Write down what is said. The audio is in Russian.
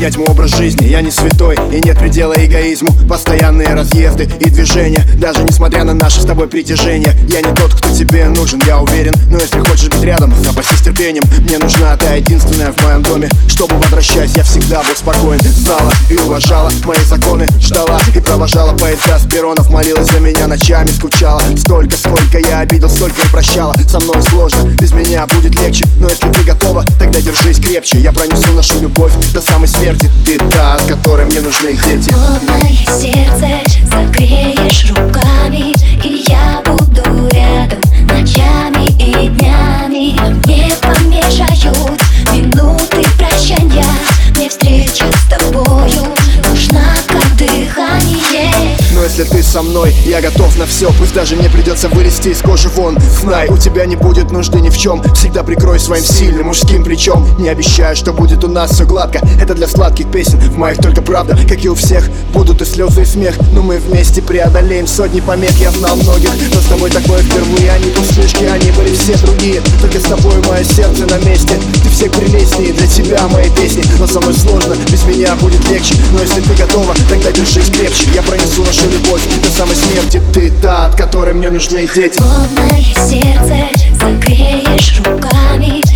менять мой образ жизни. Я не святой и нет предела эгоизму. Постоянные разъезды и движения, даже несмотря на наше с тобой притяжение. Я не тот, кто тебе нужен, я уверен. Но если хочешь быть рядом, запасись терпением. Мне нужна та единственная в моем доме, чтобы, возвращаясь, я всегда был спокоен. Знала и уважала мои законы, ждала и провожала поезда с перронов. Молилась за меня ночами, скучала. Столько, сколько я обидел, столько и прощала. Со мной сложно, без меня будет легче. Но если ты готова, тогда держись крепче. Я пронесу нашу любовь до самой смерти. Ты та, от которой мне нужны дети. Мое сердце согреешь руками, и я буду рядом ночами и днями. Не помешают минуты прощания. Мне встреча с тобою нужна, как дыхание. Но если ты со мной, я готов на все. Пусть даже мне придется вылезти из кожи вон. Знай, у тебя не будет нужды ни в чем. Всегда прикрой своим сильным мужским плечом. Не обещаю, что будет у нас все гладко. Это для сладких песен, в моих только правда. Как и у всех, будут и слезы, и смех. Но мы вместе преодолеем сотни помех. Я знал многих, но с тобой такое впервые. Они пустышки, они были все другие. Только с тобой мое сердце на месте. Ты всех прелестнее, для тебя мои песни. Но со мной сложно, без меня будет легче. Но если ты готова, тогда держись крепче. Я пронесу нашу любовь до самой смерти. Ты та, от которой мне нужны дети. Мое сердце согреешь руками,